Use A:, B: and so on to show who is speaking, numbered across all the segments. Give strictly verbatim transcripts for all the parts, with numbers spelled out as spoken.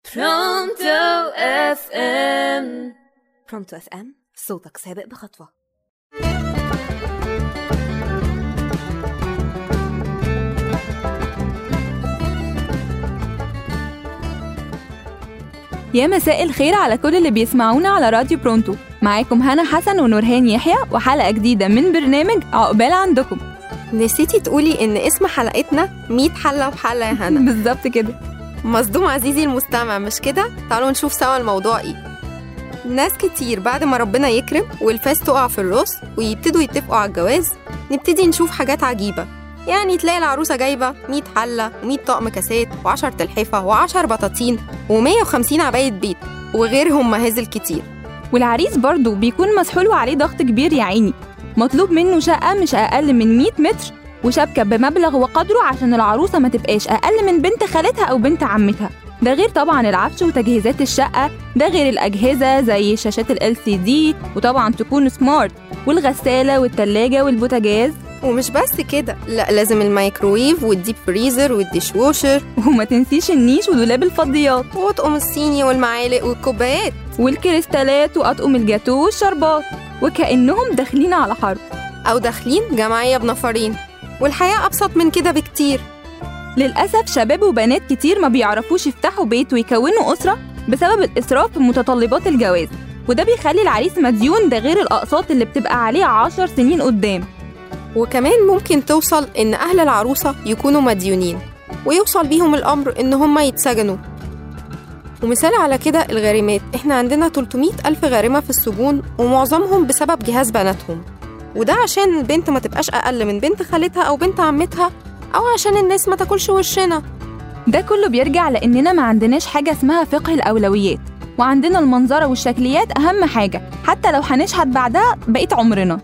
A: برونتو اف ام.
B: برونتو اف ام، صوتك سابق بخطوة.
C: يا مساء الخير على كل اللي بيسمعونا على راديو برونتو. معاكم هنا حسن ونورهان يحيى، وحلقة جديدة من برنامج عقبال عندكم.
D: نسيتي تقولي إن اسم حلقتنا مية حلة وحلة يا هنا.
C: بالظبط كده.
D: مصدوم عزيزي المستمع، مش كده؟ تعالوا نشوف سوا الموضوع إيه. ناس كتير بعد ما ربنا يكرم والفاس تقع في الرص ويبتدوا يتفقوا على الجواز، نبتدي نشوف حاجات عجيبة. يعني تلاقي العروسة جايبة مية حلة ومية طقم كاسات وعشر تلحفة وعشر بطاطين ومية وخمسين عباية بيت وغيرهم مهازل كتير.
C: والعريس برضو بيكون مسحول وعليه ضغط كبير يا عيني، مطلوب منه شقة مش أقل من مية متر وشبكة بمبلغ وقدره عشان العروسة ما تبقاش أقل من بنت خالتها أو بنت عمتها. ده غير طبعا العفش وتجهيزات الشقة، ده غير الأجهزة زي شاشات ال إل سي دي وطبعا تكون سمارت، والغسالة والتلاجة والبوتاجاز.
D: ومش بس كده، لا لازم الميكروويف والديب فريزر والديش ووشر،
C: وما تنسيش النيش ودولاب الفضيات
D: وأطقم الصيني والمعالق والكوبايات
C: والكريستالات وأطقم الجاتو والشربات، وكأنهم داخلين على حرب
D: أو داخلين جمعية بنفرين. والحياة أبسط من كده بكتير.
C: للأسف شباب وبنات كتير ما بيعرفوش يفتحوا بيت ويكونوا أسرة بسبب الإسراف في متطلبات الجواز، وده بيخلي العريس مديون، ده غير الأقساط اللي بتبقى عليه عشر سنين قدام.
D: وكمان ممكن توصل إن أهل العروسة يكونوا مديونين ويوصل بيهم الأمر إن هم يتسجنوا. ومثال على كده الغارمات، إحنا عندنا تلتمية ألف غارمة في السجون ومعظمهم بسبب جهاز بناتهم، وده عشان البنت ما تبقاش أقل من بنت خالتها أو بنت عمتها، أو عشان الناس ما تاكلش وشنا.
C: ده كله بيرجع لأننا ما عندناش حاجة اسمها فقه الأولويات، وعندنا المنظرة والشكليات أهم حاجة حتى لو هنشحت بعدها بقيت عمرنا.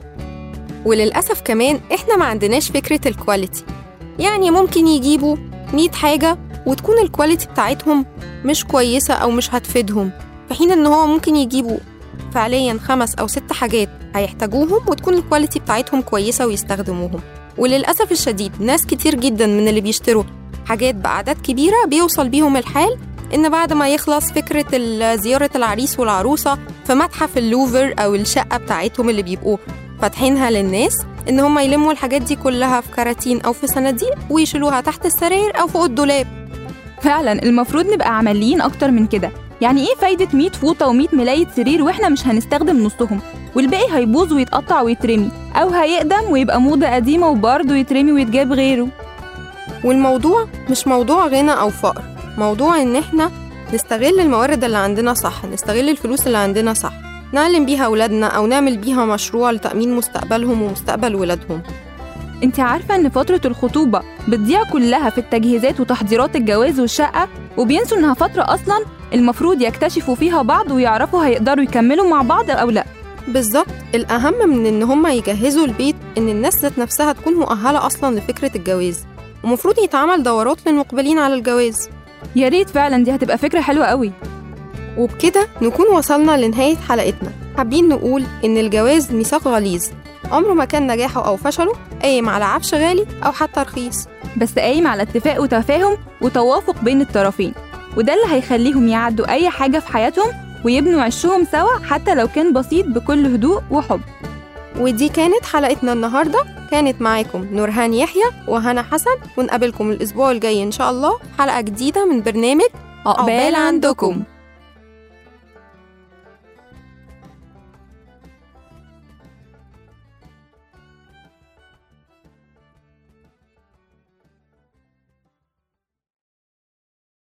D: وللأسف كمان إحنا ما عندناش فكرة الكواليتي، يعني ممكن يجيبوا مية حاجة وتكون الكواليتي بتاعتهم مش كويسة أو مش هتفيدهم، في حين إن هو ممكن يجيبوا فعلياً خمس أو ست حاجات هيحتاجوهم وتكون الكواليتي بتاعتهم كويسة ويستخدموهم. وللأسف الشديد ناس كتير جداً من اللي بيشتروا حاجات بأعداد كبيرة بيوصل بيهم الحال إن بعد ما يخلص فكرة زيارة العريس والعروسة في متحف اللوفر أو الشقة بتاعتهم اللي بيبقوا فاتحينها للناس، إن هم يلموا الحاجات دي كلها في كراتين أو في صناديق ويشيلوها تحت السراير أو فوق الدولاب.
C: فعلا المفروض نبقى عمليين أكتر من كده. يعني إيه فايدة مية فوطة ومية ملاية سرير وإحنا مش هنستخدم نصهم، والباقي هيبوظ ويتقطع ويترمي، أو هيقدم ويبقى موضة قديمة وبرضه يترمي ويتجاب غيره.
D: والموضوع مش موضوع غنى أو فقر، موضوع إن إحنا نستغل الموارد اللي عندنا صح، نستغل الفلوس اللي عندنا صح، نعلم بيها أولادنا أو نعمل بيها مشروع لتأمين مستقبلهم ومستقبل ولادهم.
C: انت عارفة ان فترة الخطوبة بتضيع كلها في التجهيزات وتحضيرات الجواز والشقة، وبينسوا انها فترة اصلا المفروض يكتشفوا فيها بعض ويعرفوا هيقدروا يكملوا مع بعض او لا.
D: بالظبط، الأهم من ان هم يجهزوا البيت ان الناس ذات نفسها تكون مؤهلة اصلا لفكرة الجواز، ومفروض يتعمل دورات للمقبلين على الجواز.
C: يا ريت فعلا، دي هتبقى فكرة حلوة قوي.
D: وبكده نكون وصلنا لنهاية حلقتنا. حابين نقول ان الجواز ميثاق غليظ، عمره ما كان نجاحه أو فشله قايم على عفش غالي أو حتى رخيص،
C: بس قايم على اتفاق وتفاهم وتوافق بين الطرفين، وده اللي هيخليهم يعدوا أي حاجة في حياتهم ويبنوا عشهم سوا حتى لو كان بسيط بكل هدوء وحب.
D: ودي كانت حلقتنا النهاردة، كانت معاكم نورهان يحيى وهنا حسن، ونقابلكم الأسبوع الجاي إن شاء الله حلقة جديدة من برنامج
C: عقبال عندكم.